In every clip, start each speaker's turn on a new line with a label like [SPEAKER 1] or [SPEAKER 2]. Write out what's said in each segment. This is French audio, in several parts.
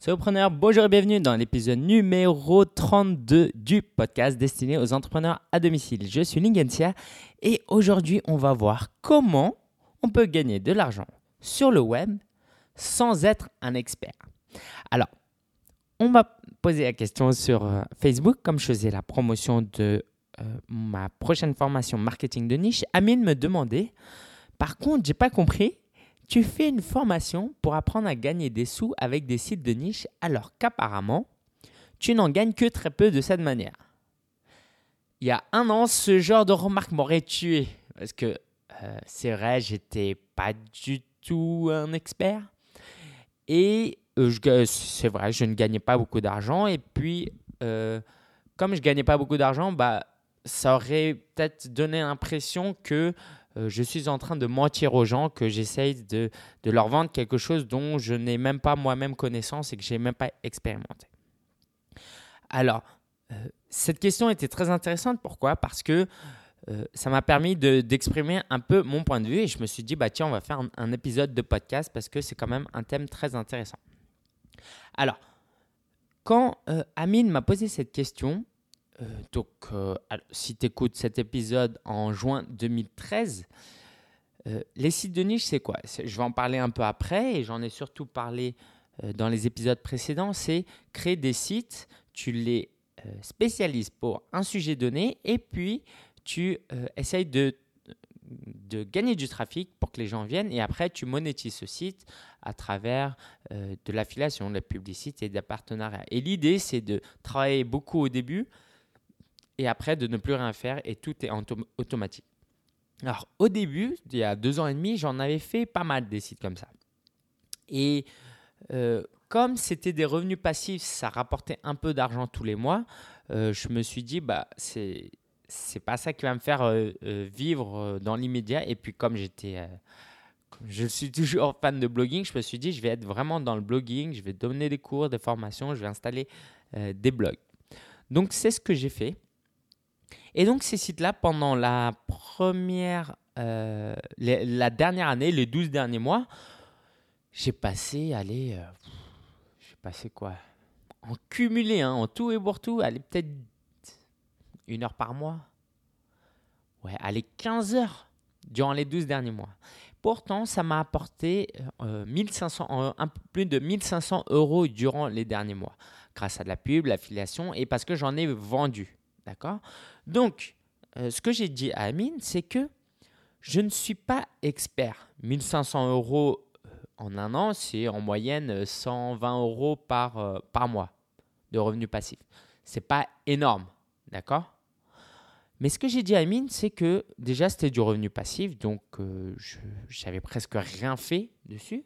[SPEAKER 1] Solopreneur, bonjour et bienvenue dans l'épisode numéro 32 du podcast destiné aux entrepreneurs à domicile. Je suis Lingensia et aujourd'hui, on va voir comment on peut gagner de l'argent sur le web sans être un expert. Alors, on m'a posé la question sur Facebook, comme je faisais la promotion de ma prochaine formation marketing de niche. Amine me demandait, par contre, j'ai pas compris. Tu fais une formation pour apprendre à gagner des sous avec des sites de niche alors qu'apparemment, tu n'en gagnes que très peu de cette manière. Il y a un an, ce genre de remarque m'aurait tué parce que c'est vrai, j'étais pas du tout un expert et c'est vrai, je ne gagnais pas beaucoup d'argent et puis comme je gagnais pas beaucoup d'argent, ça aurait peut-être donné l'impression que je suis en train de mentir aux gens, que j'essaye de leur vendre quelque chose dont je n'ai même pas moi-même connaissance et que je n'ai même pas expérimenté. Alors, cette question était très intéressante. Pourquoi ? Parce que ça m'a permis d'exprimer un peu mon point de vue et je me suis dit, tiens, on va faire un épisode de podcast parce que c'est quand même un thème très intéressant. Alors, quand Amine m'a posé cette question, si tu écoutes cet épisode en juin 2013, les sites de niche, c'est quoi ? Je vais en parler un peu après et j'en ai surtout parlé dans les épisodes précédents. C'est créer des sites, tu les spécialises pour un sujet donné et puis tu essayes de gagner du trafic pour que les gens viennent et après tu monétises ce site à travers de l'affiliation, de la publicité et des partenariats. Et l'idée, c'est de travailler beaucoup au début et après de ne plus rien faire et tout est automatique. Alors au début, il y a 2 ans et demi, j'en avais fait pas mal des sites comme ça. Et comme c'était des revenus passifs, ça rapportait un peu d'argent tous les mois, je me suis dit, c'est pas ça qui va me faire vivre dans l'immédiat. Et puis comme je suis toujours fan de blogging, je me suis dit, je vais être vraiment dans le blogging, je vais donner des cours, des formations, je vais installer des blogs. Donc c'est ce que j'ai fait. Et donc, ces sites-là, pendant la dernière année, les 12 derniers mois, j'ai passé quoi ? En cumulé, en tout et pour tout, peut-être 1 heure par mois. Ouais, 15 heures durant les 12 derniers mois. Pourtant, ça m'a apporté un peu plus de 1 500 € durant les derniers mois, grâce à de la pub, l'affiliation et parce que j'en ai vendu. D'accord ? Donc, ce que j'ai dit à Amine, c'est que je ne suis pas expert. 1 500 € en un an, c'est en moyenne 120 € par mois de revenus passifs. Ce n'est pas énorme, d'accord ? Mais ce que j'ai dit à Amine, c'est que déjà, c'était du revenu passif, donc je n'avais presque rien fait dessus.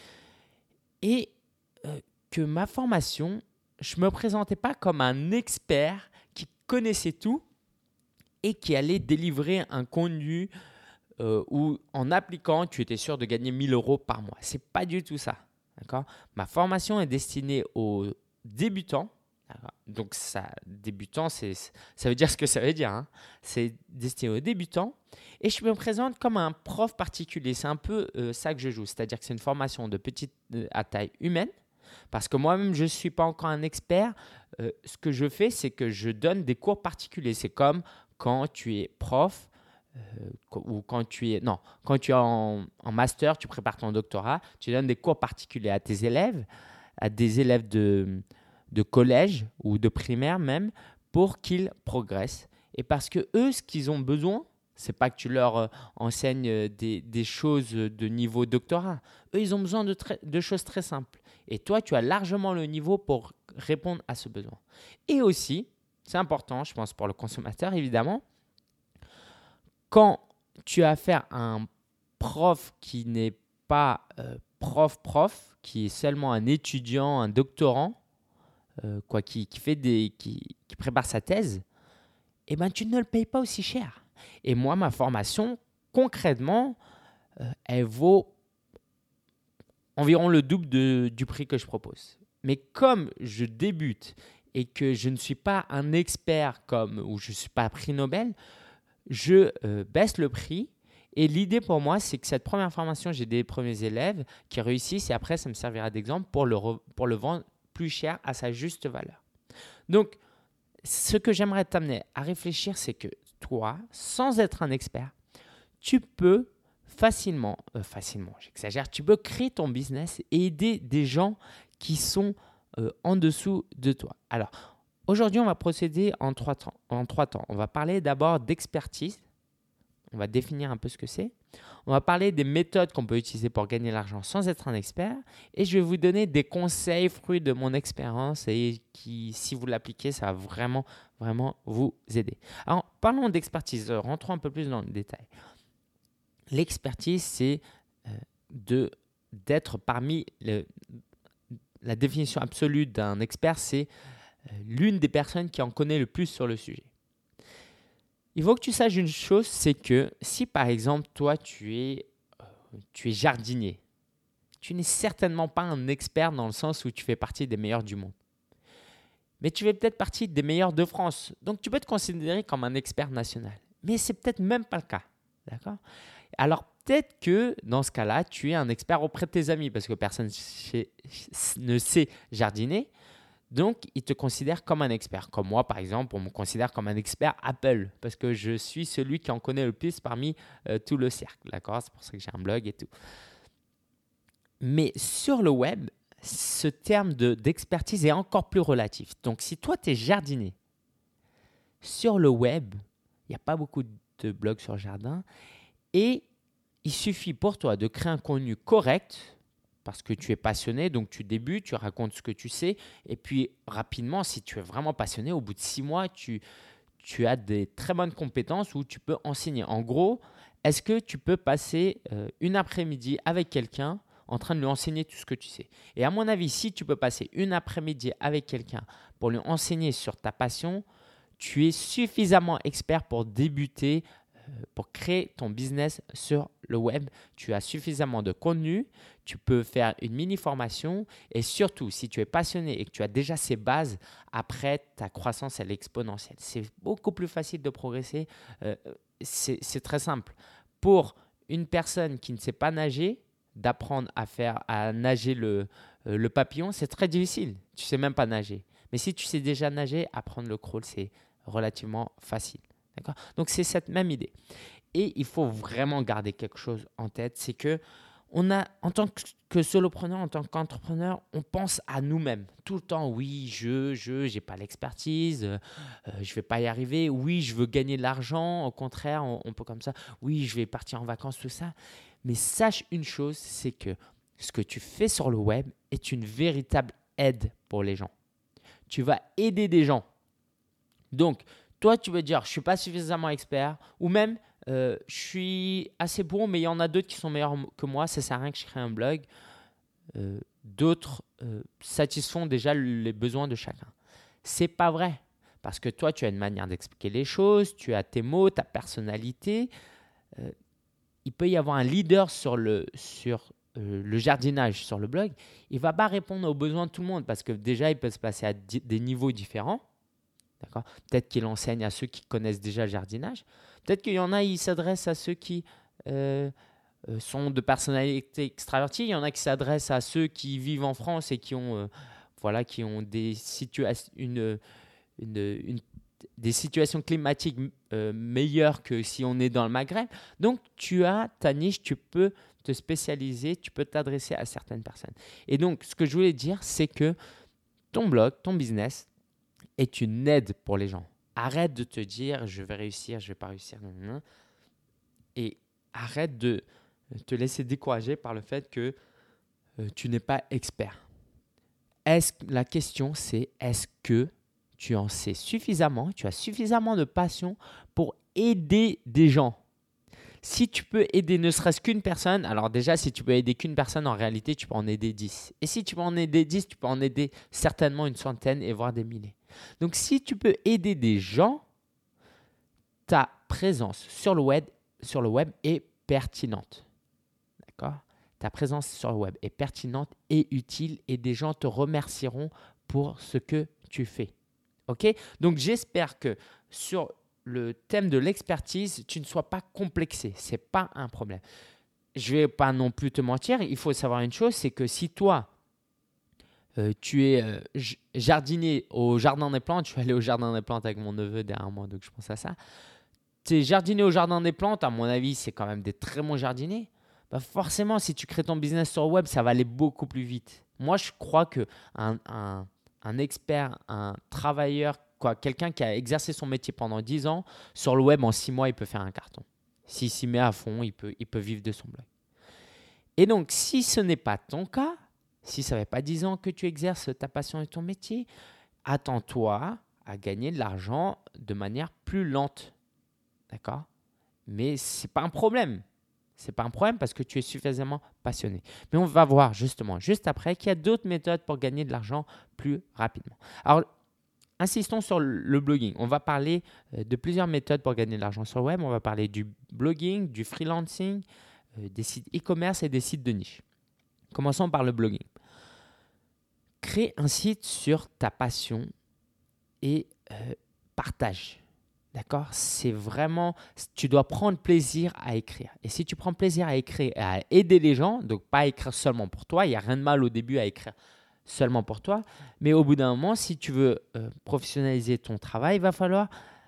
[SPEAKER 1] Et que ma formation, je ne me présentais pas comme un expert qui connaissait tout et qui allait délivrer un contenu où en appliquant, tu étais sûr de gagner 1 000 € par mois. Ce n'est pas du tout ça. D'accord ? Ma formation est destinée aux débutants. Donc, débutant, ça veut dire ce que ça veut dire. Hein. C'est destiné aux débutants. Et je me présente comme un prof particulier. C'est un peu ça que je joue. C'est-à-dire que c'est une formation à taille humaine. Parce que moi-même, je ne suis pas encore un expert. Ce que je fais, c'est que je donne des cours particuliers. C'est comme quand tu es prof ou quand tu es en master, tu prépares ton doctorat, tu donnes des cours particuliers à tes élèves, à des élèves de collège ou de primaire même, pour qu'ils progressent. Et parce que eux, ce qu'ils ont besoin, c'est pas que tu leur enseignes des choses de niveau doctorat. Eux, ils ont besoin de choses très simples. Et toi, tu as largement le niveau pour répondre à ce besoin. Et aussi, c'est important, je pense, pour le consommateur, évidemment, quand tu as affaire à un prof qui n'est pas prof, qui est seulement un étudiant, un doctorant, qui prépare sa thèse, tu ne le payes pas aussi cher. Et moi, ma formation, concrètement, elle vaut environ le double du prix que je propose. Mais comme je débute et que je ne suis pas un expert ou je ne suis pas prix Nobel, je baisse le prix. Et l'idée pour moi, c'est que cette première formation, j'ai des premiers élèves qui réussissent et après, ça me servira d'exemple pour le vendre plus cher à sa juste valeur. Donc, ce que j'aimerais t'amener à réfléchir, c'est que toi, sans être un expert, tu peux facilement, j'exagère, tu peux créer ton business et aider des gens qui sont en dessous de toi. Alors, aujourd'hui, on va procéder en trois temps. On va parler d'abord d'expertise. On va définir un peu ce que c'est. On va parler des méthodes qu'on peut utiliser pour gagner de l'argent sans être un expert. Et je vais vous donner des conseils fruits de mon expérience et qui, si vous l'appliquez, ça va vraiment, vraiment vous aider. Alors, parlons d'expertise. Rentrons un peu plus dans le détail. L'expertise, c'est d'être parmi la définition absolue d'un expert, c'est l'une des personnes qui en connaît le plus sur le sujet. Il faut que tu saches une chose, c'est que si par exemple, toi, tu es jardinier, tu n'es certainement pas un expert dans le sens où tu fais partie des meilleurs du monde. Mais tu fais peut-être partie des meilleurs de France. Donc, tu peux te considérer comme un expert national. Mais ce n'est peut-être même pas le cas. D'accord ? Alors, peut-être que dans ce cas-là, tu es un expert auprès de tes amis parce que personne ne sait jardiner. Donc, ils te considèrent comme un expert. Comme moi, par exemple, on me considère comme un expert Apple parce que je suis celui qui en connaît le plus parmi tout le cercle. D'accord ? C'est pour ça que j'ai un blog et tout. Mais sur le web, ce terme d'expertise est encore plus relatif. Donc, si toi, tu es jardinier, sur le web, il n'y a pas beaucoup de blogs sur le jardin et il suffit pour toi de créer un contenu correct parce que tu es passionné, donc tu débutes, tu racontes ce que tu sais et puis rapidement, si tu es vraiment passionné, au bout de 6 mois, tu as des très bonnes compétences où tu peux enseigner. En gros, est-ce que tu peux passer une après-midi avec quelqu'un en train de lui enseigner tout ce que tu sais? Et à mon avis, si tu peux passer une après-midi avec quelqu'un pour lui enseigner sur ta passion, tu es suffisamment expert pour débuter, pour créer ton business sur le web. Tu as suffisamment de contenu, tu peux faire une mini-formation et surtout, si tu es passionné et que tu as déjà ces bases, après, ta croissance, elle est exponentielle. C'est beaucoup plus facile de progresser. C'est très simple. Pour une personne qui ne sait pas nager, d'apprendre à nager le papillon, c'est très difficile. Tu ne sais même pas nager. Mais si tu sais déjà nager, apprendre le crawl, c'est relativement facile. D'accord ? Donc, c'est cette même idée. Et il faut vraiment garder quelque chose en tête, c'est que en tant que solopreneur, en tant qu'entrepreneur, on pense à nous-mêmes. Tout le temps, oui, je n'ai pas l'expertise, je ne vais pas y arriver. Oui, je veux gagner de l'argent. Au contraire, on peut comme ça. Oui, je vais partir en vacances, tout ça. Mais sache une chose, c'est que ce que tu fais sur le web est une véritable aide pour les gens. Tu vas aider des gens. Donc, toi, tu veux dire, je ne suis pas suffisamment expert ou même, je suis assez bon, mais il y en a d'autres qui sont meilleurs que moi. Ça ne sert à rien que je crée un blog. D'autres satisfont déjà les besoins de chacun. Ce n'est pas vrai parce que toi, tu as une manière d'expliquer les choses, tu as tes mots, ta personnalité. Il peut y avoir un leader sur le jardinage sur le blog. Il ne va pas répondre aux besoins de tout le monde parce que déjà, il peut se passer à des niveaux différents. D'accord ? Peut-être qu'il enseigne à ceux qui connaissent déjà le jardinage. Peut-être qu'il y en a, il s'adresse à ceux qui sont de personnalité extravertie. Il y en a qui s'adressent à ceux qui vivent en France et qui ont des situations climatiques meilleures que si on est dans le Maghreb. Donc, tu as ta niche, tu peux te spécialiser, tu peux t'adresser à certaines personnes. Et donc, ce que je voulais dire, c'est que ton blog, ton business est une aide pour les gens. Arrête de te dire « je vais réussir, je ne vais pas réussir ». Et arrête de te laisser décourager par le fait que tu n'es pas expert. La question, c'est est-ce que tu en sais suffisamment, tu as suffisamment de passion pour aider des gens? Si tu peux aider ne serait-ce qu'une personne, alors déjà, si tu peux aider qu'une personne, en réalité, tu peux en aider 10. Et si tu peux en aider 10, tu peux en aider certainement une centaine et voire des milliers. Donc, si tu peux aider des gens, ta présence sur le web est pertinente. D'accord ? Ta présence sur le web est pertinente et utile et des gens te remercieront pour ce que tu fais. OK ? Donc, j'espère que sur le thème de l'expertise, tu ne sois pas complexé. Ce n'est pas un problème. Je ne vais pas non plus te mentir. Il faut savoir une chose, c'est que si toi, tu es jardinier au Jardin des Plantes. Je suis allé au Jardin des Plantes avec mon neveu derrière moi, donc je pense à ça. Tu es jardinier au Jardin des Plantes, à mon avis, c'est quand même des très bons jardiniers. Bah forcément, si tu crées ton business sur le web, ça va aller beaucoup plus vite. Moi, je crois qu'un expert, un travailleur, quelqu'un qui a exercé son métier pendant 10 ans, sur le web, en 6 mois, il peut faire un carton. S'il s'y met à fond, il peut vivre de son blog. Et donc, si ce n'est pas ton cas, si ça ne fait pas 10 ans que tu exerces ta passion et ton métier, attends-toi à gagner de l'argent de manière plus lente. D'accord ? Mais ce n'est pas un problème. Ce n'est pas un problème parce que tu es suffisamment passionné. Mais on va voir justement, juste après, qu'il y a d'autres méthodes pour gagner de l'argent plus rapidement. Alors, insistons sur le blogging. On va parler de plusieurs méthodes pour gagner de l'argent sur le web. On va parler du blogging, du freelancing, des sites e-commerce et des sites de niche. Commençons par le blogging. Crée un site sur ta passion et partage. D'accord ? C'est vraiment, tu dois prendre plaisir à écrire. Et si tu prends plaisir à écrire et à aider les gens, donc pas écrire seulement pour toi, il n'y a rien de mal au début à écrire seulement pour toi, mais au bout d'un moment, si tu veux professionnaliser ton travail, il va falloir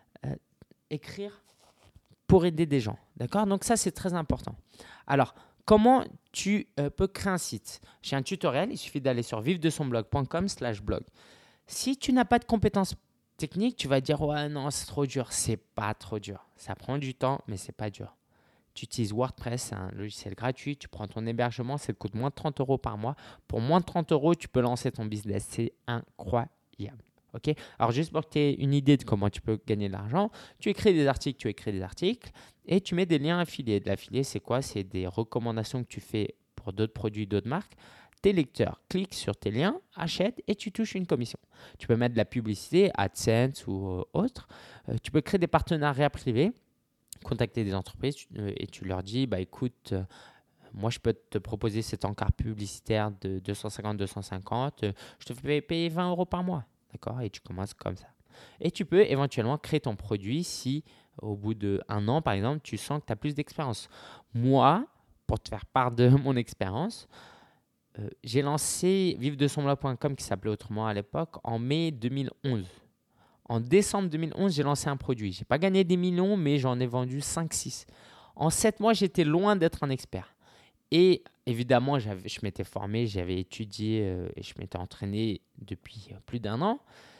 [SPEAKER 1] écrire pour aider des gens. D'accord ? Donc ça, c'est très important. Alors, comment tu peux créer un site ? J'ai un tutoriel, il suffit d'aller sur vivredesonblog.com/blog. Si tu n'as pas de compétences techniques, tu vas dire « Ouais, non, c'est trop dur ». C'est pas trop dur. Ça prend du temps, mais c'est pas dur. Tu utilises WordPress, c'est un logiciel gratuit. Tu prends ton hébergement, ça te coûte moins de 30 € par mois. Pour moins de 30 €, tu peux lancer ton business. C'est incroyable. Okay ? Alors, juste pour que tu aies une idée de comment tu peux gagner de l'argent, tu écris des articles et tu mets des liens affiliés. L'affilié, c'est quoi ? C'est des recommandations que tu fais pour d'autres produits, d'autres marques. Tes lecteurs cliquent sur tes liens, achètent et tu touches une commission. Tu peux mettre de la publicité, AdSense ou autre. Tu peux créer des partenariats privés, contacter des entreprises et tu leur dis « Écoute, moi, je peux te proposer cet encart publicitaire de 250, je te fais payer 20 € par mois. » D'accord ? Et tu commences comme ça. Et tu peux éventuellement créer ton produit si, au bout d'1 an, par exemple, tu sens que tu as plus d'expérience. Moi, pour te faire part de mon expérience, j'ai lancé vivredesonblog.com qui s'appelait autrement à l'époque en mai 2011. En décembre 2011, j'ai lancé un produit. Je n'ai pas gagné des millions, mais j'en ai vendu 5-6. En 7 mois, j'étais loin d'être un expert. Et évidemment, je m'étais formé, j'avais étudié et je m'étais entraîné depuis plus d'1 an.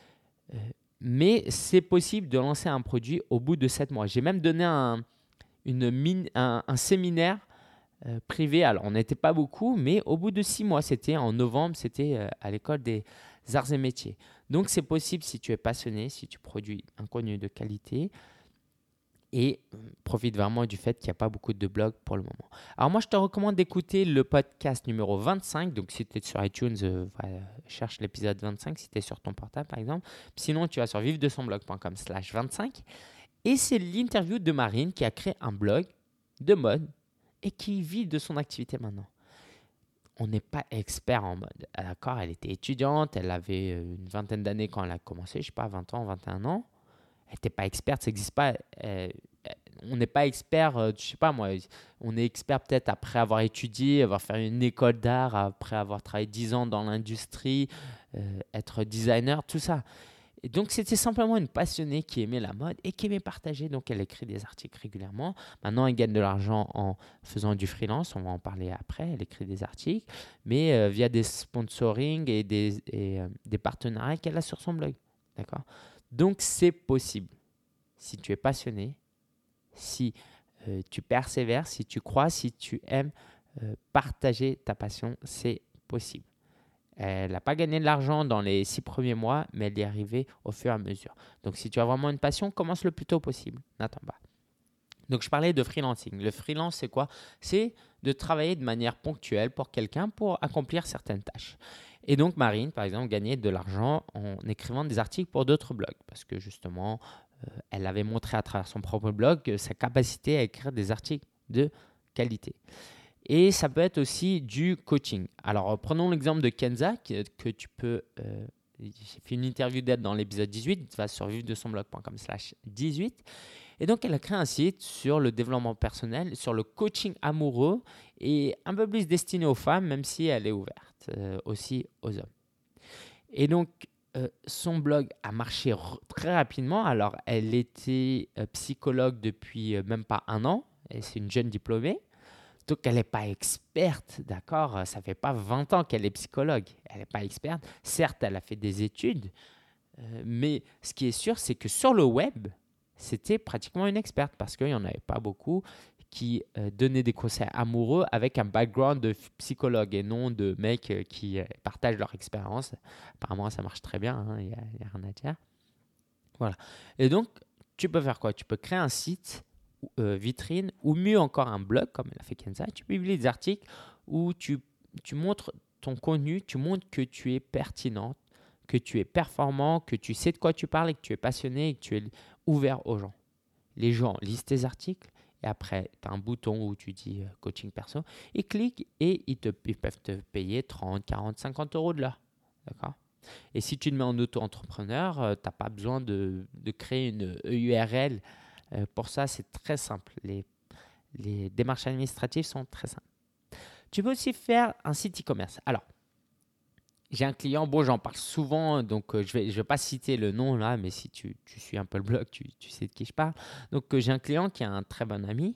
[SPEAKER 1] Mais c'est possible de lancer un produit au bout de 7 mois. J'ai même donné un séminaire privé. Alors, on n'était pas beaucoup, mais au bout de 6 mois, c'était en novembre, c'était à l'école des arts et métiers. Donc, c'est possible si tu es passionné, si tu produis un contenu de qualité et profite vraiment du fait qu'il n'y a pas beaucoup de blogs pour le moment. Alors, moi, je te recommande d'écouter le podcast numéro 25. Donc, si tu es sur iTunes, cherche l'épisode 25 si tu es sur ton portable, par exemple. Sinon, tu vas sur vivredesonblog.com/25 et c'est l'interview de Marine qui a créé un blog de mode et qui vit de son activité maintenant. On n'est pas expert en mode. D'accord, elle était étudiante, elle avait une vingtaine d'années quand elle a commencé, je ne sais pas, 20 ans, 21 ans. Elle n'était pas experte, ça n'existe pas. On n'est pas expert, je ne sais pas moi, on est expert peut-être après avoir étudié, avoir fait une école d'art, après avoir travaillé 10 ans dans l'industrie, être designer, tout ça. Et donc, c'était simplement une passionnée qui aimait la mode et qui aimait partager. Donc, elle écrit des articles régulièrement. Maintenant, elle gagne de l'argent en faisant du freelance. On va en parler après. Elle écrit des articles, mais via des sponsoring et des partenariats qu'elle a sur son blog. D'accord ? Donc, c'est possible. Si tu es passionné, si tu persévères, si tu crois, si tu aimes partager ta passion, c'est possible. Elle n'a pas gagné de l'argent dans les 6 premiers mois, mais elle y est arrivée au fur et à mesure. Donc, si tu as vraiment une passion, commence le plus tôt possible. N'attends pas. Donc, je parlais de freelancing. Le freelance, c'est quoi ? C'est de travailler de manière ponctuelle pour quelqu'un pour accomplir certaines tâches. Et donc, Marine, par exemple, gagnait de l'argent en écrivant des articles pour d'autres blogs parce que justement, elle avait montré à travers son propre blog sa capacité à écrire des articles de qualité. Et ça peut être aussi du coaching. Alors, prenons l'exemple de Kenza que tu peux… j'ai fait une interview d'elle dans l'épisode 18. Tu vas sur vivredesonblog.com/18. Et donc, elle a créé un site sur le développement personnel, sur le coaching amoureux et un peu plus destiné aux femmes, même si elle est ouverte aussi aux hommes. Et donc, son blog a marché très rapidement. Alors, elle était psychologue depuis même pas 1 an. Et c'est une jeune diplômée. Donc, elle n'est pas experte, d'accord? Ça ne fait pas 20 ans qu'elle est psychologue. Elle n'est pas experte. Certes, elle a fait des études. Mais ce qui est sûr, c'est que sur le web, c'était pratiquement une experte parce qu'il n'y en avait pas beaucoup qui donnaient des conseils amoureux avec un background de psychologue et non de mecs qui partagent leur expérience. Apparemment, ça marche très bien, il n'y a rien à dire. Voilà. Et donc, tu peux faire quoi? Tu peux créer un site vitrine ou mieux encore un blog comme elle a fait Kenza. Tu publies des articles où tu montres ton contenu, tu montres que tu es pertinent, que tu es performant, que tu sais de quoi tu parles et que tu es passionné et que tu es ouvert aux gens. Les gens lisent tes articles et après, tu as un bouton où tu dis coaching perso. Ils cliquent et ils peuvent te payer 30, 40, 50 euros de l'heure. D'accord? Et si tu te mets en auto-entrepreneur, tu n'as pas besoin de créer une URL. Pour ça, c'est très simple. Les démarches administratives sont très simples. Tu peux aussi faire un site e-commerce. Alors, j'ai un client, bon, j'en parle souvent, donc je vais pas citer le nom là, mais si tu suis un peu le blog, tu sais de qui je parle. Donc, j'ai un client qui a un très bon ami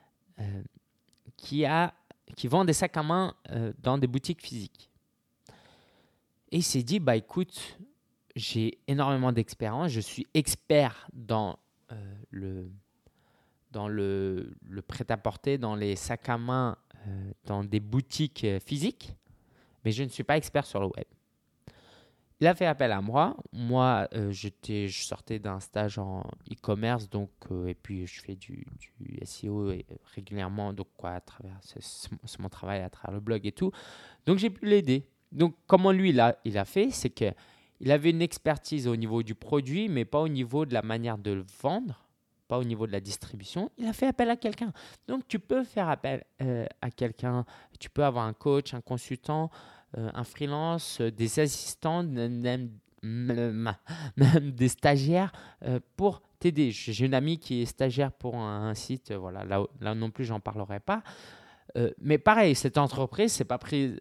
[SPEAKER 1] qui vend des sacs à main dans des boutiques physiques. Et il s'est dit, bah écoute, j'ai énormément d'expérience, je suis expert dans le prêt-à-porter, dans les sacs à main, dans des boutiques physiques, mais je ne suis pas expert sur le web. Il a fait appel à moi. Moi, je sortais d'un stage en e-commerce, donc, et puis je fais du SEO régulièrement, donc quoi, c'est mon travail à travers le blog et tout. Donc, j'ai pu l'aider. Donc, comment lui, il a fait, c'est qu'il avait une expertise au niveau du produit, mais pas au niveau de la manière de le vendre, pas au niveau de la distribution. Il a fait appel à quelqu'un. Donc, tu peux faire appel à quelqu'un. Tu peux avoir un coach, un consultant, un freelance, des assistants, même des stagiaires pour t'aider. J'ai une amie qui est stagiaire pour un site, voilà, là non plus, j'en parlerai pas. Mais pareil, cette entreprise, c'est pas pris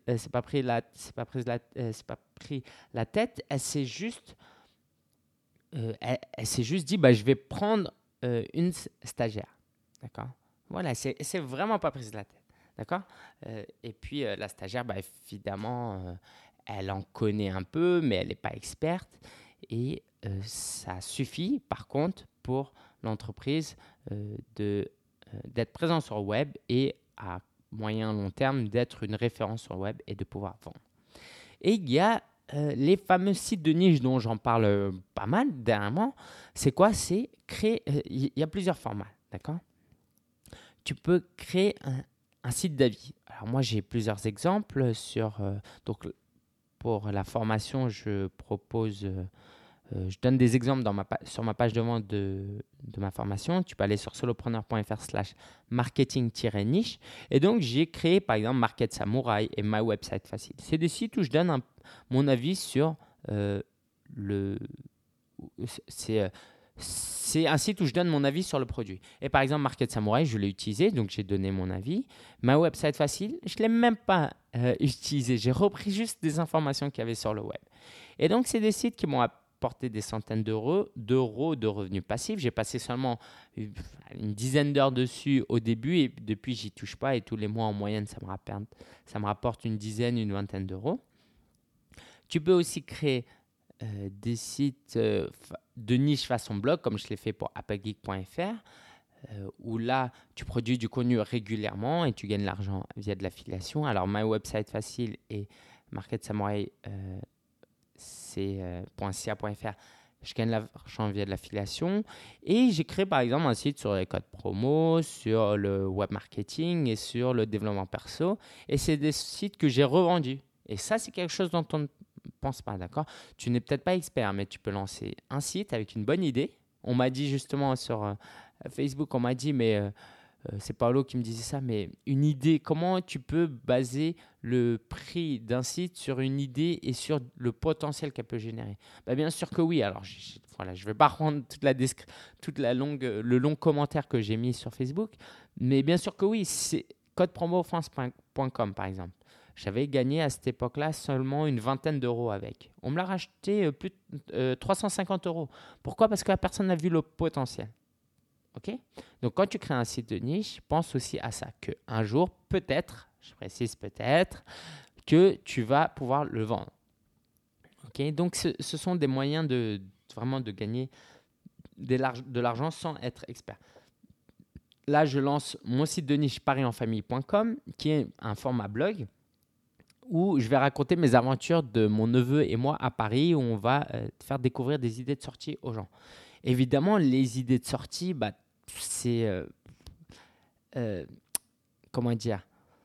[SPEAKER 1] la tête. Elle s'est juste dit, bah, je vais prendre une stagiaire, d'accord. Voilà, c'est vraiment pas prise la tête, d'accord. Et puis la stagiaire, bah, évidemment, elle en connaît un peu, mais elle n'est pas experte. Et ça suffit, par contre, pour l'entreprise d'être présent sur le web et à moyen long terme d'être une référence sur le web et de pouvoir vendre. Et il y a les fameux sites de niche dont j'en parle pas mal dernièrement. C'est quoi? C'est créer. Il y a plusieurs formats, d'accord? Tu peux créer un site d'avis. Alors moi, j'ai plusieurs exemples donc pour la formation, je propose. Je donne des exemples sur ma page de vente de ma formation. Tu peux aller sur solopreneur.fr/marketing-niche. Et donc, j'ai créé par exemple Market Samurai et My Website Facile. C'est des sites où je donne mon avis sur c'est un site où je donne mon avis sur le produit. Et par exemple, Market Samurai, je l'ai utilisé, donc j'ai donné mon avis. My Website Facile, je ne l'ai même pas utilisé. J'ai repris juste des informations qu'il y avait sur le web. Et donc, c'est des sites qui m'ont apporté des centaines d'euros de revenus passifs. J'ai passé seulement une dizaine d'heures dessus au début et depuis, j'y touche pas. Et tous les mois, en moyenne, ça me rapporte une vingtaine d'euros. Tu peux aussi créer des sites de niche façon blog, comme je l'ai fait pour applegeek.fr, où là, tu produis du contenu régulièrement et tu gagnes de l'argent via de l'affiliation. Alors, My Website Facile et Market Samurai, c'est .ca.fr, je gagne de l'argent via de l'affiliation. Et j'ai créé par exemple un site sur les codes promo, sur le web marketing et sur le développement perso. Et c'est des sites que j'ai revendus. Et ça, c'est quelque chose dont on ne pense pas, d'accord? Tu n'es peut-être pas expert, mais tu peux lancer un site avec une bonne idée. On m'a dit justement sur Facebook, on m'a dit, mais c'est Paolo qui me disait ça, mais une idée, comment tu peux baser le prix d'un site sur une idée et sur le potentiel qu'elle peut générer? Bah, bien sûr que oui. Alors, voilà, je ne vais pas prendre le long commentaire que j'ai mis sur Facebook, mais bien sûr que oui. C'est codepromofrance.com par exemple. J'avais gagné à cette époque-là seulement une vingtaine d'euros avec. On me l'a racheté plus de 350 euros. Pourquoi? Parce que la personne a vu le potentiel. OK? Donc, quand tu crées un site de niche, pense aussi à ça, qu'un jour, peut-être, je précise peut-être, que tu vas pouvoir le vendre. OK? Donc, ce sont des moyens vraiment de gagner de l'argent sans être expert. Là, je lance mon site de niche parienfamille.com, qui est un format blog où je vais raconter mes aventures de mon neveu et moi à Paris, où on va faire découvrir des idées de sortie aux gens. Évidemment, les idées de sortie, c'est comment dire,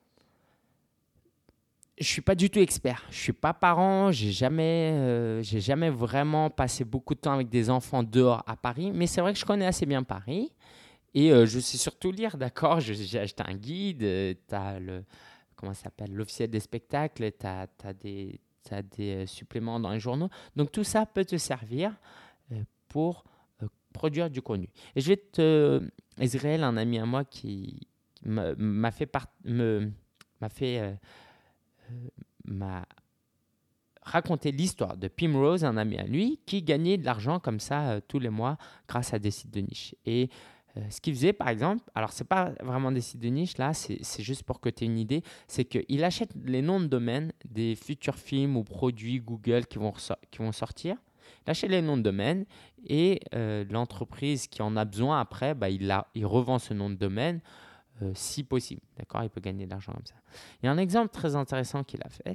[SPEAKER 1] je suis pas du tout expert. Je suis pas parent. J'ai jamais vraiment passé beaucoup de temps avec des enfants dehors à Paris. Mais c'est vrai que je connais assez bien Paris et je sais surtout lire. D'accord, j'ai acheté un guide. Tu as comment ça s'appelle, l'officiel des spectacles. T'as des suppléments dans les journaux. Donc tout ça peut te servir pour produire du contenu. Et je vais Israël, un ami à moi qui m'a fait m'a raconté l'histoire de Pim Rose, un ami à lui, qui gagnait de l'argent comme ça tous les mois grâce à des sites de niche. Et ce qu'il faisait, par exemple, alors c'est pas vraiment des sites de niche, là, c'est juste pour que tu aies une idée, c'est qu'il achète les noms de domaine des futurs films ou produits Google qui vont sortir. Il achète les noms de domaine et l'entreprise qui en a besoin après, il revend ce nom de domaine si possible. D'accord, il peut gagner de l'argent comme ça. Il y a un exemple très intéressant qu'il a fait.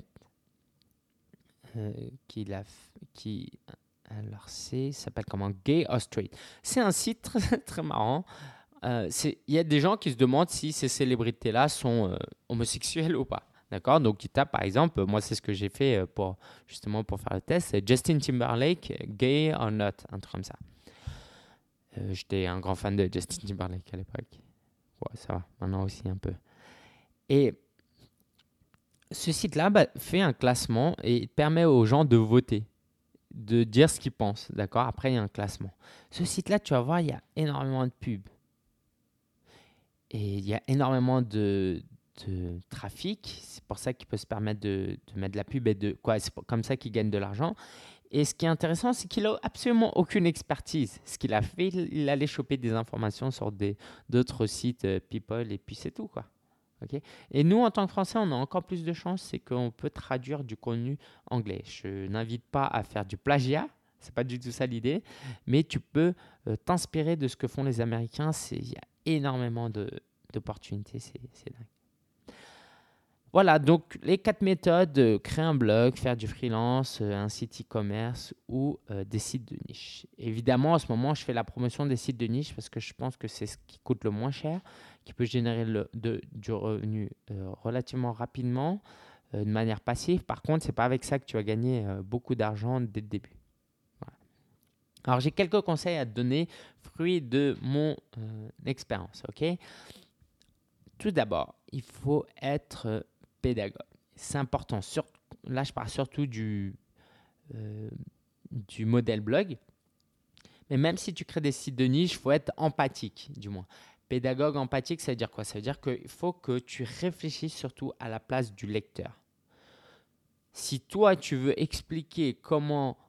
[SPEAKER 1] Alors ça s'appelle comment? Gay or Straight. C'est un site très, très marrant. Il y a des gens qui se demandent si ces célébrités-là sont homosexuelles ou pas. D'accord? Donc, il tape, par exemple, moi, c'est ce que j'ai fait justement pour faire le test, c'est Justin Timberlake, gay or not, un truc comme ça. J'étais un grand fan de Justin Timberlake à l'époque. Ouais, ça va, maintenant aussi un peu. Et ce site-là fait un classement et permet aux gens de voter, de dire ce qu'ils pensent. D'accord? Après, il y a un classement. Ce site-là, tu vas voir, il y a énormément de pubs. Et il y a énormément de trafic. C'est pour ça qu'il peut se permettre de mettre de la pub et c'est comme ça qu'il gagne de l'argent. Et ce qui est intéressant, c'est qu'il n'a absolument aucune expertise. Ce qu'il a fait, il allait choper des informations sur d'autres sites People et puis c'est tout, quoi. Okay? Et nous, en tant que Français, on a encore plus de chance, c'est qu'on peut traduire du contenu anglais. Je n'invite pas à faire du plagiat, c'est pas du tout ça l'idée, mais tu peux t'inspirer de ce que font les Américains. Il y a énormément d'opportunités, c'est dingue. Voilà, donc les 4 méthodes, créer un blog, faire du freelance, un site e-commerce ou des sites de niche. Évidemment, en ce moment, je fais la promotion des sites de niche parce que je pense que c'est ce qui coûte le moins cher, qui peut générer du revenu relativement rapidement, de manière passive. Par contre, ce n'est pas avec ça que tu vas gagner beaucoup d'argent dès le début. Voilà. Alors, j'ai quelques conseils à te donner, fruits de mon expérience. Okay? Tout d'abord, il faut être pédagogue. C'est important. Là, je parle surtout du modèle blog. Mais même si tu crées des sites de niche, il faut être empathique, du moins. Pédagogue empathique, ça veut dire quoi? Ça veut dire qu'il faut que tu réfléchisses surtout à la place du lecteur. Si toi, tu veux expliquer comment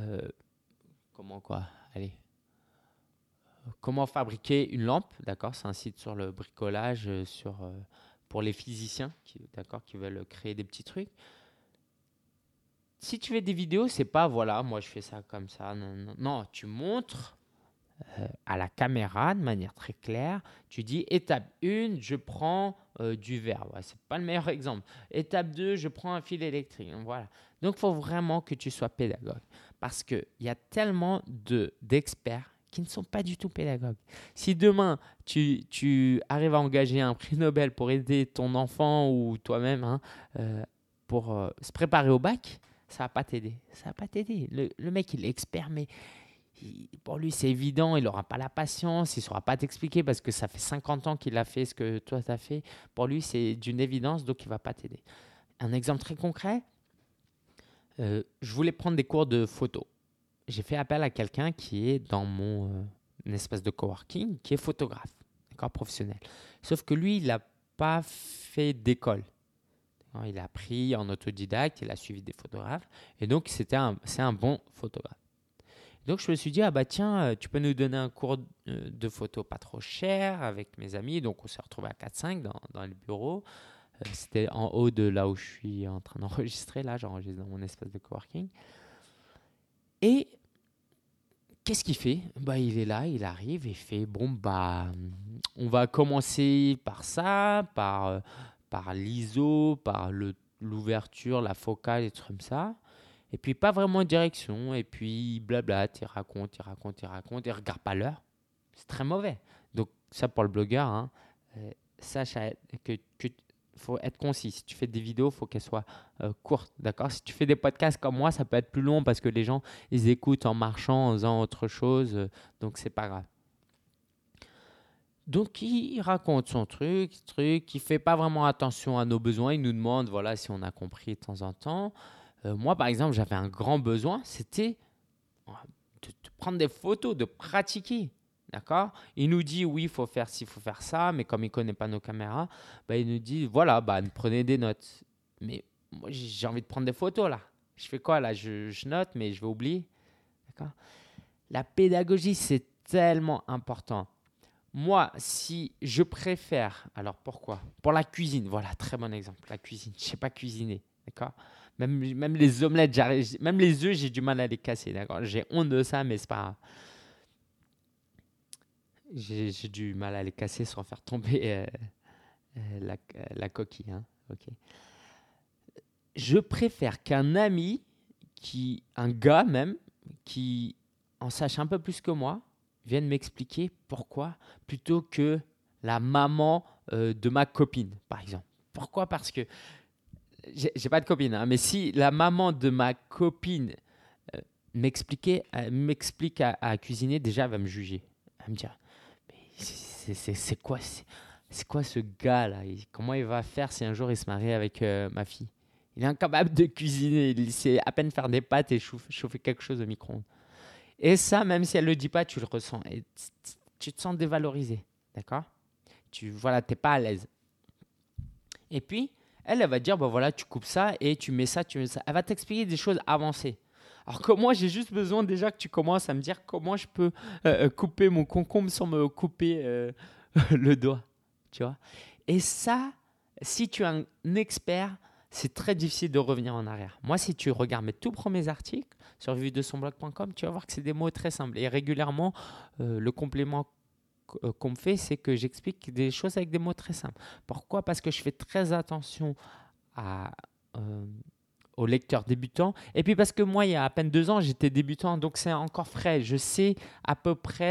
[SPEAKER 1] fabriquer une lampe, d'accord? C'est un site sur le bricolage, pour les physiciens qui veulent créer des petits trucs. Si tu fais des vidéos, c'est pas voilà, moi je fais ça comme ça. Non, tu montres à la caméra de manière très claire. Tu dis étape 1, je prends du verre. Ouais, c'est pas le meilleur exemple. Étape 2, je prends un fil électrique. Voilà. Donc il faut vraiment que tu sois pédagogue parce qu'il y a tellement d'experts qui ne sont pas du tout pédagogues. Si demain, tu arrives à engager un prix Nobel pour aider ton enfant ou toi-même pour se préparer au bac, ça ne va pas t'aider. Ça va pas t'aider. Le mec, il est expert, mais pour lui, c'est évident. Il n'aura pas la patience. Il ne saura pas t'expliquer parce que ça fait 50 ans qu'il a fait ce que toi, tu as fait. Pour lui, c'est d'une évidence, donc il ne va pas t'aider. Un exemple très concret, je voulais prendre des cours de photo. J'ai fait appel à quelqu'un qui est dans mon espace de coworking, qui est photographe, d'accord, professionnel. Sauf que lui, il n'a pas fait d'école. D'accord, il a appris en autodidacte, il a suivi des photographes. Et donc, c'est un bon photographe. Donc, je me suis dit, ah bah tiens, tu peux nous donner un cours de photo pas trop cher avec mes amis. Donc, on s'est retrouvés à 4-5 dans le bureau. C'était en haut de là où je suis en train d'enregistrer. Là, j'enregistre dans mon espace de coworking. Et qu'est-ce qu'il fait? Bah, il est là, il arrive et fait, bon, bah, on va commencer par ça, par l'ISO, par l'ouverture, la focale et tout comme ça. Et puis, pas vraiment de direction. Et puis, blabla, il raconte, il regarde pas l'heure. C'est très mauvais. Donc, ça pour le blogueur, hein, sache que faut être concis. Si tu fais des vidéos, il faut qu'elles soient courtes. D'accord? Si tu fais des podcasts comme moi, ça peut être plus long parce que les gens, ils écoutent en marchant, en faisant autre chose. Donc, c'est pas grave. Donc, il raconte son truc, il fait pas vraiment attention à nos besoins. Il nous demande, voilà, si on a compris de temps en temps. Moi, par exemple, j'avais un grand besoin, c'était de prendre des photos, de pratiquer. D'accord? Il nous dit, oui, il faut faire ci, il faut faire ça, mais comme il ne connaît pas nos caméras, bah, il nous dit, voilà, bah, prenez des notes. Mais moi, j'ai envie de prendre des photos, là. Je fais quoi, là? Je note, mais je vais oublier. D'accord? La pédagogie, c'est tellement important. Moi, si je préfère, alors pourquoi? Pour la cuisine, voilà, très bon exemple, la cuisine. Je ne sais pas cuisiner, d'accord? Même les omelettes, même les œufs, j'ai du mal à les casser, d'accord? J'ai honte de ça, mais c'est pas grave. J'ai du mal à les casser sans faire tomber la coquille, hein? Ok. Je préfère qu'un ami, un gars même, qui en sache un peu plus que moi, vienne m'expliquer pourquoi, plutôt que la maman de ma copine, par exemple. Pourquoi? Parce que j'ai pas de copine, hein, mais si la maman de ma copine m'explique à cuisiner, déjà, elle va me juger. Elle va me dire, mais c'est quoi ce gars-là? Comment il va faire si un jour il se marie avec ma fille? Il est incapable de cuisiner, il sait à peine faire des pâtes et chauffer quelque chose au micro-ondes. Et ça, même si elle ne le dit pas, tu le ressens. Et tu te sens dévalorisé. D'accord? Voilà, tu n'es pas à l'aise. Et puis, elle va te dire, bah voilà, tu coupes ça et tu mets ça, tu mets ça. Elle va t'expliquer des choses avancées. Alors que moi, j'ai juste besoin déjà que tu commences à me dire comment je peux couper mon concombre sans me couper le doigt. Tu vois? Et ça, si tu es un expert, c'est très difficile de revenir en arrière. Moi, si tu regardes mes tout premiers articles sur vuedesonblog.com, tu vas voir que c'est des mots très simples. Et régulièrement, le complément qu'on me fait, c'est que j'explique des choses avec des mots très simples. Pourquoi? Parce que je fais très attention à, aux lecteurs débutants. Et puis parce que moi, il y a à peine 2 ans, j'étais débutant, donc c'est encore frais. Je sais à peu près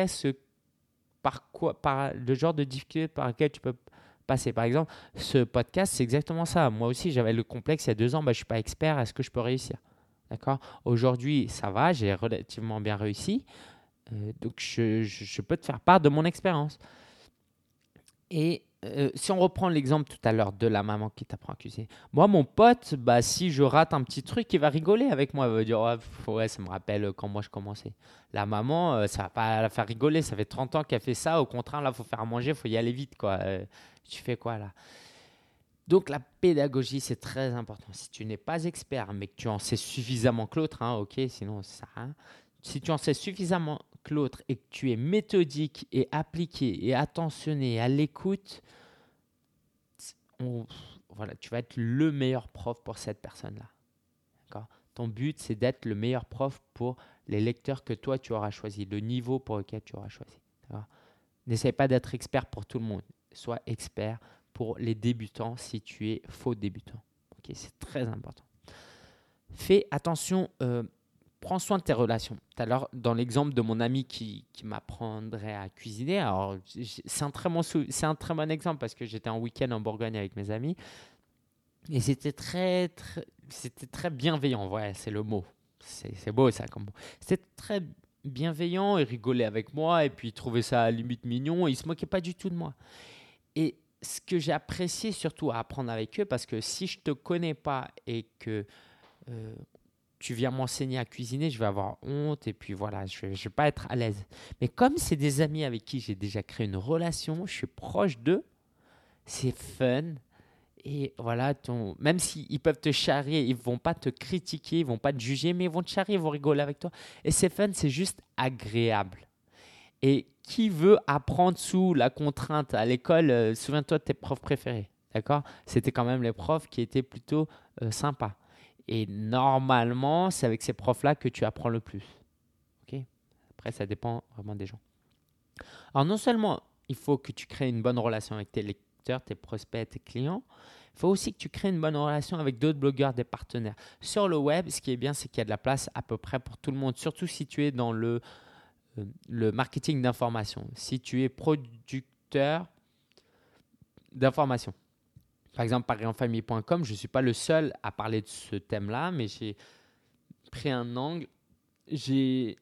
[SPEAKER 1] par le genre de difficulté par lequel tu peux passer. Par exemple, ce podcast, c'est exactement ça. Moi aussi, j'avais le complexe il y a 2 ans, bah, je ne suis pas expert, est-ce que je peux réussir? D'accord? Aujourd'hui, ça va, j'ai relativement bien réussi. Donc, je peux te faire part de mon expérience. Et si on reprend l'exemple tout à l'heure de la maman qui t'apprend à cuisiner, moi, mon pote, bah, si je rate un petit truc, il va rigoler avec moi. Il va dire, ouais, ça me rappelle quand moi je commençais. La maman, ça va pas la faire rigoler. Ça fait 30 ans qu'elle fait ça. Au contraire, là, il faut faire à manger, il faut y aller vite, quoi. Tu fais quoi, là? Donc, la pédagogie, c'est très important. Si tu n'es pas expert, mais que tu en sais suffisamment que l'autre, hein, ok, sinon, ça sert à rien. Si tu en sais suffisamment que l'autre et que tu es méthodique et appliqué et attentionné et à l'écoute, voilà, tu vas être le meilleur prof pour cette personne-là. D'accord? Ton but, c'est d'être le meilleur prof pour les lecteurs que toi, tu auras choisi, le niveau pour lequel tu auras choisi. N'essaie pas d'être expert pour tout le monde. Sois expert pour les débutants si tu es faux débutant. Okay, c'est très important. Fais attention, prends soin de tes relations. Tout à l'heure, dans l'exemple de mon ami qui m'apprendrait à cuisiner, alors c'est un très bon exemple parce que j'étais en week-end en Bourgogne avec mes amis et c'était très bienveillant. Ouais, c'est le mot. C'est beau ça comme mot. C'était très bienveillant, il rigolait avec moi et puis il trouvait ça à la limite mignon et il se moquait pas du tout de moi. Et ce que j'ai apprécié surtout à apprendre avec eux, parce que si je te connais pas et que tu viens m'enseigner à cuisiner, je vais avoir honte et puis voilà, je vais pas être à l'aise. Mais comme c'est des amis avec qui j'ai déjà créé une relation, je suis proche d'eux, c'est fun Et voilà, même s'ils peuvent te charrier, ils ne vont pas te critiquer, ils ne vont pas te juger, mais ils vont te charrier, ils vont rigoler avec toi. Et c'est fun, c'est juste agréable. Et qui veut apprendre sous la contrainte à l'école? Souviens-toi de tes profs préférés, d'accord? C'était quand même les profs qui étaient plutôt sympas. Et normalement, c'est avec ces profs-là que tu apprends le plus. Ok? Après, ça dépend vraiment des gens. Alors, non seulement il faut que tu crées une bonne relation avec tes lecteurs, tes prospects, tes clients, il faut aussi que tu crées une bonne relation avec d'autres blogueurs, des partenaires. Sur le web, ce qui est bien, c'est qu'il y a de la place à peu près pour tout le monde, surtout si tu es dans le marketing d'information, si tu es producteur d'information. Par exemple, parienfamille.com, je ne suis pas le seul à parler de ce thème-là, mais j'ai pris un angle, j'ai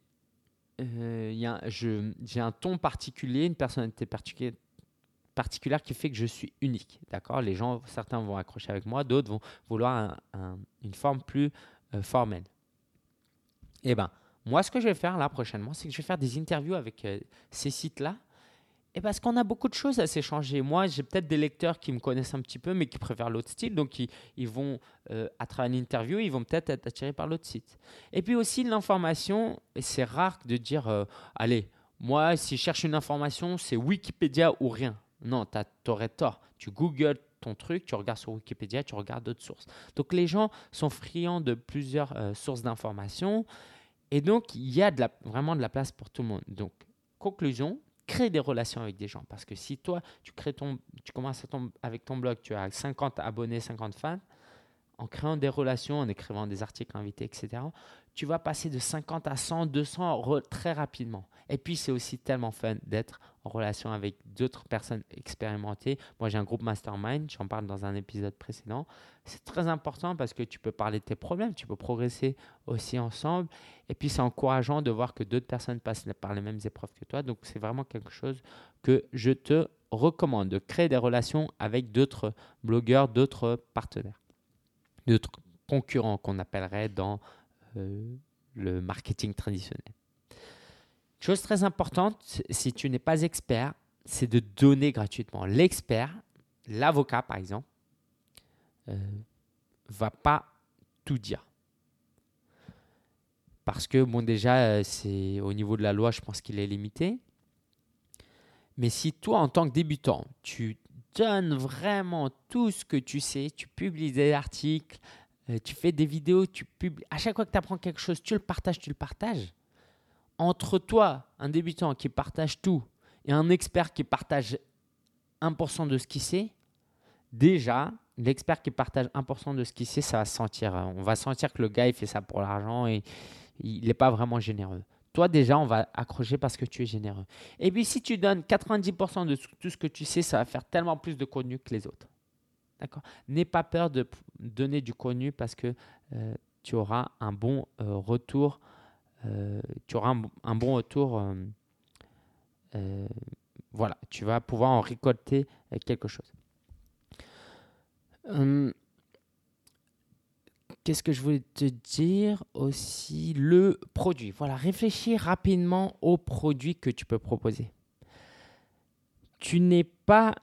[SPEAKER 1] un ton particulier, une personnalité particulière qui fait que je suis unique. D'accord? Les gens, certains vont accrocher avec moi, d'autres vont vouloir une forme plus formelle. Eh bien, moi, ce que je vais faire là prochainement, c'est que je vais faire des interviews avec ces sites-là. Et parce qu'on a beaucoup de choses à s'échanger. Moi, j'ai peut-être des lecteurs qui me connaissent un petit peu, mais qui préfèrent l'autre style. Donc, ils vont, à travers une interview, ils vont peut-être être attirés par l'autre site. Et puis aussi, l'information, et c'est rare de dire, allez, moi, si je cherche une information, c'est Wikipédia ou rien. Non, tu aurais tort. Tu googles ton truc, tu regardes sur Wikipédia, tu regardes d'autres sources. Donc, les gens sont friands de plusieurs sources d'informations. Et donc, il y a vraiment de la place pour tout le monde. Donc, conclusion, crée des relations avec des gens. Parce que si toi, tu commences avec ton blog, tu as 50 abonnés, 50 fans, en créant des relations, en écrivant des articles invités, etc., tu vas passer de 50 à 100, 200 très rapidement. Et puis, c'est aussi tellement fun d'être en relation avec d'autres personnes expérimentées. Moi, j'ai un groupe Mastermind, j'en parle dans un épisode précédent. C'est très important parce que tu peux parler de tes problèmes, tu peux progresser aussi ensemble. Et puis, c'est encourageant de voir que d'autres personnes passent par les mêmes épreuves que toi. Donc, c'est vraiment quelque chose que je te recommande, de créer des relations avec d'autres blogueurs, d'autres partenaires, d'autres concurrents qu'on appellerait dans le marketing traditionnel. Chose très importante, si tu n'es pas expert, c'est de donner gratuitement. L'expert, l'avocat par exemple, va pas tout dire. Parce que bon déjà, c'est au niveau de la loi, je pense qu'il est limité. Mais si toi, en tant que débutant, tu donnes vraiment tout ce que tu sais, tu publies des articles, tu fais des vidéos, tu publies. À chaque fois que tu apprends quelque chose, tu le partages. Entre toi, un débutant qui partage tout, et un expert qui partage 1% de ce qu'il sait, déjà, l'expert qui partage 1% de ce qu'il sait, ça va se sentir. On va sentir que le gars, il fait ça pour l'argent et il n'est pas vraiment généreux. Toi, déjà, on va accrocher parce que tu es généreux. Et puis, si tu donnes 90% de tout ce que tu sais, ça va faire tellement plus de contenu que les autres. D'accord? N'aie pas peur de donner du contenu parce que tu auras un bon retour. Voilà, tu vas pouvoir en récolter quelque chose. Qu'est-ce que je voulais te dire aussi? Le produit. Voilà, réfléchis rapidement au produit que tu peux proposer. Tu n'es pas...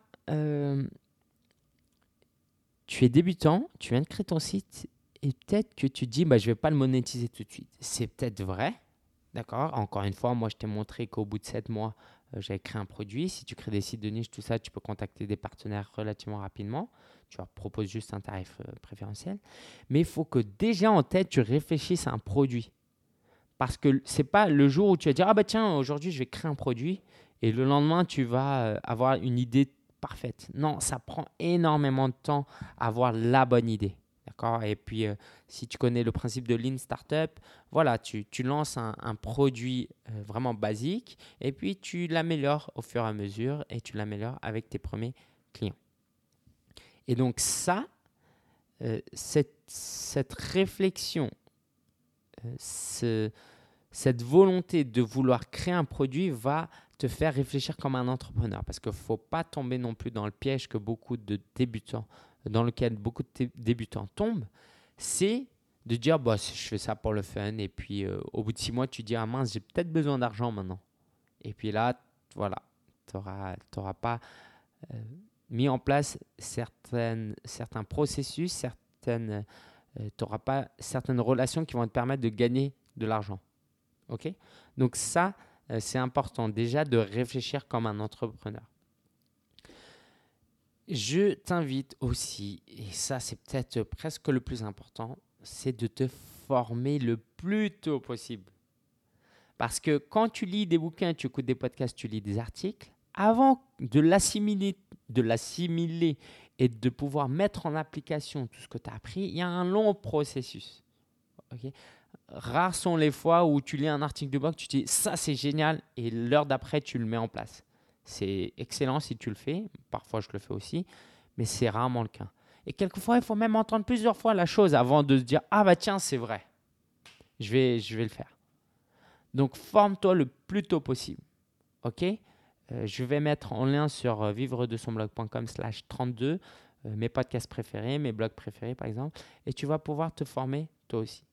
[SPEAKER 1] tu es débutant, tu viens de créer ton site et peut-être que tu te dis, je ne vais pas le monétiser tout de suite. C'est peut-être vrai, d'accord? Encore une fois, moi, je t'ai montré qu'au bout de 7 mois, j'avais créé un produit. Si tu crées des sites de niche, tout ça, tu peux contacter des partenaires relativement rapidement. Tu leur proposes juste un tarif préférentiel. Mais il faut que déjà en tête, tu réfléchisses à un produit. Parce que ce n'est pas le jour où tu vas dire, tiens, aujourd'hui, je vais créer un produit. Et le lendemain, tu vas avoir une idée parfaite. Non, ça prend énormément de temps à avoir la bonne idée. D'accord? Et puis, si tu connais le principe de Lean Startup, voilà, tu lances un produit vraiment basique et puis tu l'améliores au fur et à mesure et tu l'améliores avec tes premiers clients. Et donc ça, cette réflexion, cette volonté de vouloir créer un produit va te faire réfléchir comme un entrepreneur parce qu'il ne faut pas tomber non plus dans le piège que beaucoup de débutants, dans lequel beaucoup de débutants tombent, c'est de dire je fais ça pour le fun et puis au bout de 6 mois tu dis mince j'ai peut-être besoin d'argent maintenant et puis là voilà tu n'auras pas mis en place certains processus, tu n'auras pas certaines relations qui vont te permettre de gagner de l'argent. Ok ? Donc ça, c'est important déjà de réfléchir comme un entrepreneur. Je t'invite aussi, et ça c'est peut-être presque le plus important, c'est de te former le plus tôt possible. Parce que quand tu lis des bouquins, tu écoutes des podcasts, tu lis des articles, avant de l'assimiler et de pouvoir mettre en application tout ce que tu as appris, il y a un long processus. Okay ? Rares sont les fois où tu lis un article de blog, tu te dis ça c'est génial et l'heure d'après tu le mets en place. C'est excellent si tu le fais, parfois je le fais aussi, mais c'est rarement le cas. Et quelquefois il faut même entendre plusieurs fois la chose avant de se dire ah bah tiens c'est vrai, je vais le faire. Donc forme-toi le plus tôt possible, ok ? Je vais mettre en lien sur vivredesonblog.com/32 mes podcasts préférés, mes blogs préférés par exemple, et tu vas pouvoir te former toi aussi.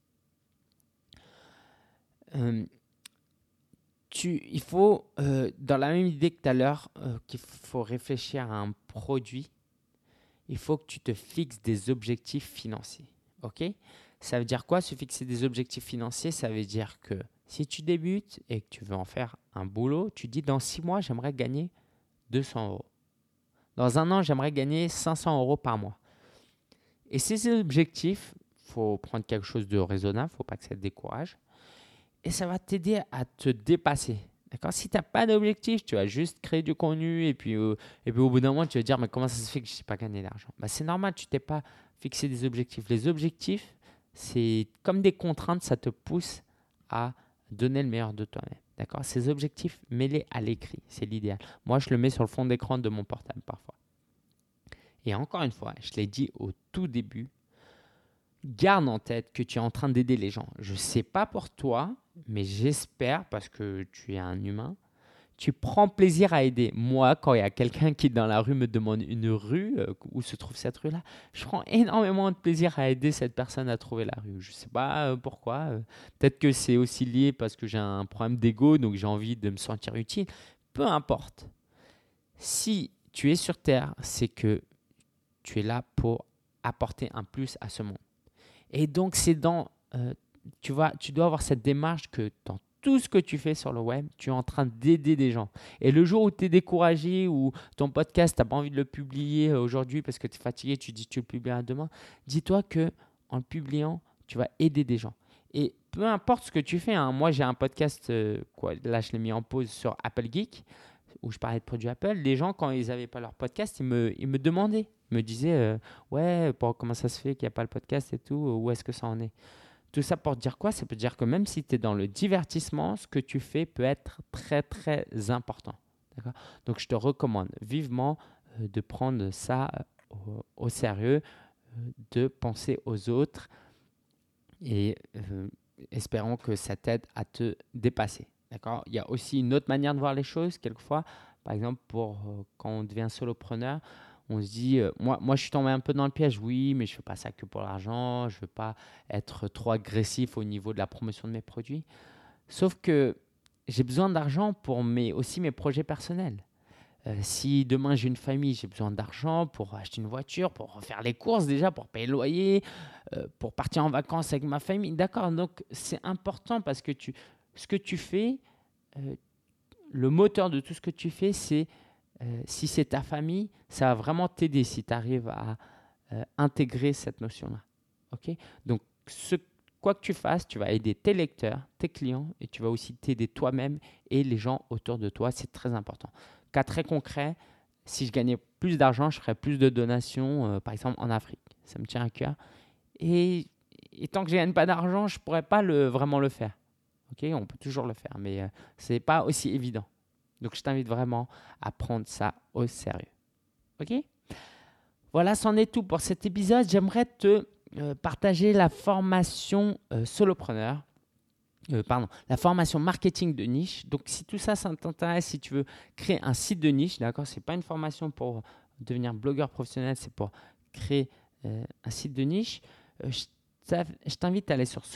[SPEAKER 1] Il faut, dans la même idée que tout à l'heure, qu'il faut réfléchir à un produit, il faut que tu te fixes des objectifs financiers. Ok ? Ça veut dire quoi, se fixer des objectifs financiers ? Ça veut dire que si tu débutes et que tu veux en faire un boulot, tu dis dans 6 mois, j'aimerais gagner 200 €. Dans 1 an, j'aimerais gagner 500 € par mois. Et ces objectifs, il faut prendre quelque chose de raisonnable, il ne faut pas que ça te décourage. Et ça va t'aider à te dépasser. D'accord ? Si tu n'as pas d'objectif, tu vas juste créer du contenu et puis au bout d'un moment, tu vas dire mais comment ça se fait que je n'ai pas gagné d'argent ? C'est normal, tu t'es pas fixé des objectifs. Les objectifs, c'est comme des contraintes, ça te pousse à donner le meilleur de toi-même. D'accord ? Ces objectifs, mets-les à l'écrit, c'est l'idéal. Moi, je le mets sur le fond d'écran de mon portable parfois. Et encore une fois, je l'ai dit au tout début, garde en tête que tu es en train d'aider les gens. Je ne sais pas pour toi, mais j'espère, parce que tu es un humain, tu prends plaisir à aider. Moi, quand il y a quelqu'un qui dans la rue me demande une rue, où se trouve cette rue-là, je prends énormément de plaisir à aider cette personne à trouver la rue. Je ne sais pas pourquoi. Peut-être que c'est aussi lié parce que j'ai un problème d'ego, donc j'ai envie de me sentir utile. Peu importe. Si tu es sur Terre, c'est que tu es là pour apporter un plus à ce monde. Et donc, c'est tu dois avoir cette démarche que dans tout ce que tu fais sur le web, tu es en train d'aider des gens. Et le jour où tu es découragé ou ton podcast, tu n'as pas envie de le publier aujourd'hui parce que tu es fatigué, tu dis que tu le publieras demain, dis-toi qu'en le publiant, tu vas aider des gens. Et peu importe ce que tu fais, moi j'ai un podcast, là je l'ai mis en pause sur Apple Geek, où je parlais de produits Apple. Les gens, quand ils n'avaient pas leur podcast, ils me demandaient, ils me disaient comment ça se fait qu'il n'y a pas le podcast et tout, où est-ce que ça en est ? Tout ça pour dire quoi ? Ça peut dire que même si tu es dans le divertissement, ce que tu fais peut être très, très important. D'accord ? Donc, je te recommande vivement de prendre ça au sérieux, de penser aux autres et espérons que ça t'aide à te dépasser. D'accord ? Il y a aussi une autre manière de voir les choses, quelquefois. Par exemple, quand on devient solopreneur, on se dit, moi je suis tombé un peu dans le piège, oui, mais je ne fais pas ça que pour l'argent, je ne veux pas être trop agressif au niveau de la promotion de mes produits. Sauf que j'ai besoin d'argent pour aussi mes projets personnels. Si demain j'ai une famille, j'ai besoin d'argent pour acheter une voiture, pour faire les courses déjà, pour payer le loyer, pour partir en vacances avec ma famille. D'accord, donc c'est important parce que ce que tu fais, le moteur de tout ce que tu fais, c'est si c'est ta famille, ça va vraiment t'aider si tu arrives à intégrer cette notion-là. Okay ? Donc, quoi que tu fasses, tu vas aider tes lecteurs, tes clients et tu vas aussi t'aider toi-même et les gens autour de toi. C'est très important. Cas très concret, si je gagnais plus d'argent, je ferais plus de donations, par exemple en Afrique. Ça me tient à cœur. Et tant que je ne gagne pas d'argent, je ne pourrais pas vraiment le faire. Okay ? On peut toujours le faire, mais ce n'est pas aussi évident. Donc, je t'invite vraiment à prendre ça au sérieux. OK ? Voilà, c'en est tout pour cet épisode. J'aimerais te partager la formation solopreneur. La formation marketing de niche. Donc, si tout ça, ça t'intéresse, si tu veux créer un site de niche, d'accord ? Ce n'est pas une formation pour devenir blogueur professionnel, c'est pour créer un site de niche. je t'invite à aller sur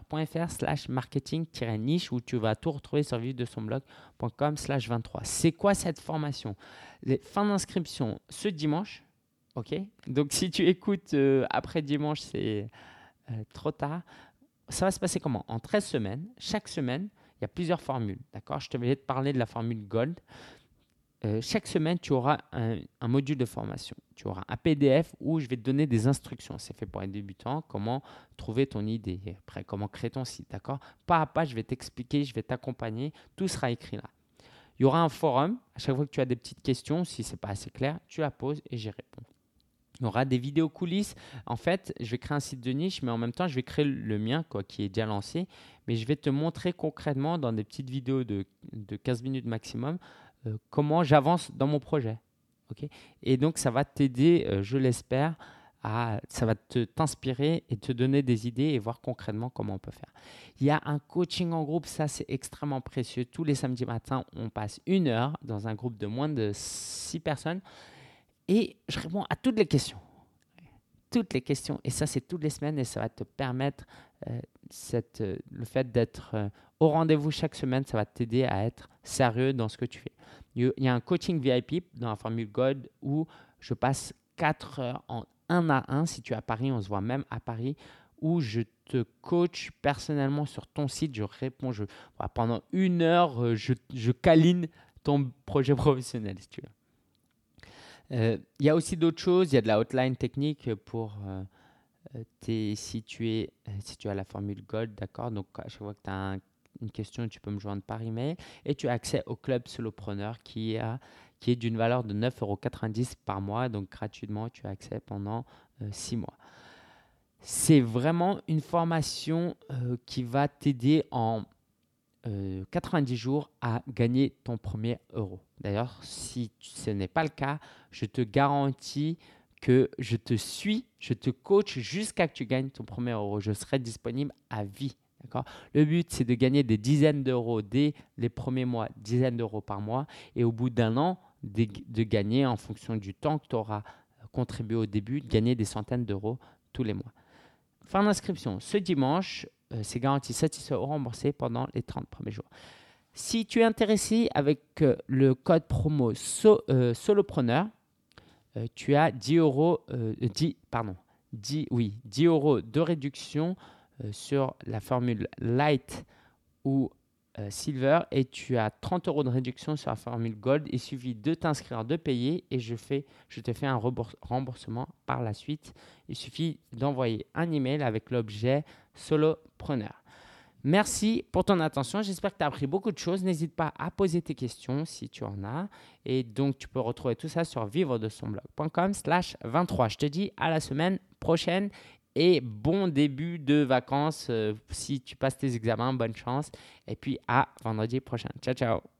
[SPEAKER 1] solopreneur.fr/marketing-niche où tu vas tout retrouver sur vivre-de-son-blog.com/23. C'est quoi cette formation? Les fins d'inscription ce dimanche. OK? Donc, si tu écoutes après dimanche, c'est trop tard. Ça va se passer comment? En 13 semaines. Chaque semaine, il y a plusieurs formules. D'accord? Je te vais te parler de la formule Gold. Chaque semaine, tu auras un module de formation. Tu auras un PDF où je vais te donner des instructions. C'est fait pour les débutants. Comment trouver ton idée. Après, comment créer ton site. D'accord? Pas à pas, je vais t'expliquer, je vais t'accompagner. Tout sera écrit là. Il y aura un forum. À chaque fois que tu as des petites questions, si ce n'est pas assez clair, tu la poses et j'y réponds. Il y aura des vidéos coulisses. En fait, je vais créer un site de niche, mais en même temps, je vais créer le mien qui est déjà lancé. Mais je vais te montrer concrètement dans des petites vidéos de 15 minutes maximum comment j'avance dans mon projet. Okay? Et donc, ça va t'aider, je l'espère, ça va t'inspirer et te donner des idées et voir concrètement comment on peut faire. Il y a un coaching en groupe, ça c'est extrêmement précieux. Tous les samedis matins, on passe 1 heure dans un groupe de moins de 6 personnes. Et je réponds à toutes les questions. Toutes les questions. Et ça, c'est toutes les semaines. Et ça va te permettre, le fait d'être au rendez-vous chaque semaine, ça va t'aider à être sérieux dans ce que tu fais. Il y a un coaching VIP dans la formule Gold où je passe 4 heures en 1 à 1. Si tu es à Paris, on se voit même à Paris, où je te coach personnellement sur ton site. Je réponds, pendant 1 heure, je câline ton projet professionnel, si tu veux. Il y a aussi d'autres choses. Il y a de la hotline technique pour si tu as la formule Gold, d'accord. Donc, à chaque fois que tu as une question, tu peux me joindre par email. Et tu as accès au club Solopreneur qui est d'une valeur de 9,90 € par mois. Donc, gratuitement, tu as accès pendant 6 mois. C'est vraiment une formation qui va t'aider en 90 jours à gagner ton premier euro. D'ailleurs, si ce n'est pas le cas, je te garantis que je te suis, je te coach jusqu'à que tu gagnes ton premier euro. Je serai disponible à vie. D'accord ? Le but, c'est de gagner des dizaines d'euros dès les premiers mois, dizaines d'euros par mois. Et au bout d'1 an, de gagner en fonction du temps que tu auras contribué au début, de gagner des centaines d'euros tous les mois. Fin d'inscription ce dimanche. C'est garanti satisfait ou remboursé pendant les 30 premiers jours. Si tu es intéressé avec le code promo Solopreneur, tu as 10 € de réduction sur la formule Light ou Silver et tu as 30 € de réduction sur la formule Gold. Il suffit de t'inscrire, de payer et je te fais un remboursement par la suite. Il suffit d'envoyer un email avec l'objet Solopreneur. Merci pour ton attention. J'espère que tu as appris beaucoup de choses. N'hésite pas à poser tes questions si tu en as. Et donc, tu peux retrouver tout ça sur vivre-de-son-blog.com/23. Je te dis à la semaine prochaine et bon début de vacances. Si tu passes tes examens, bonne chance. Et puis à vendredi prochain. Ciao, ciao.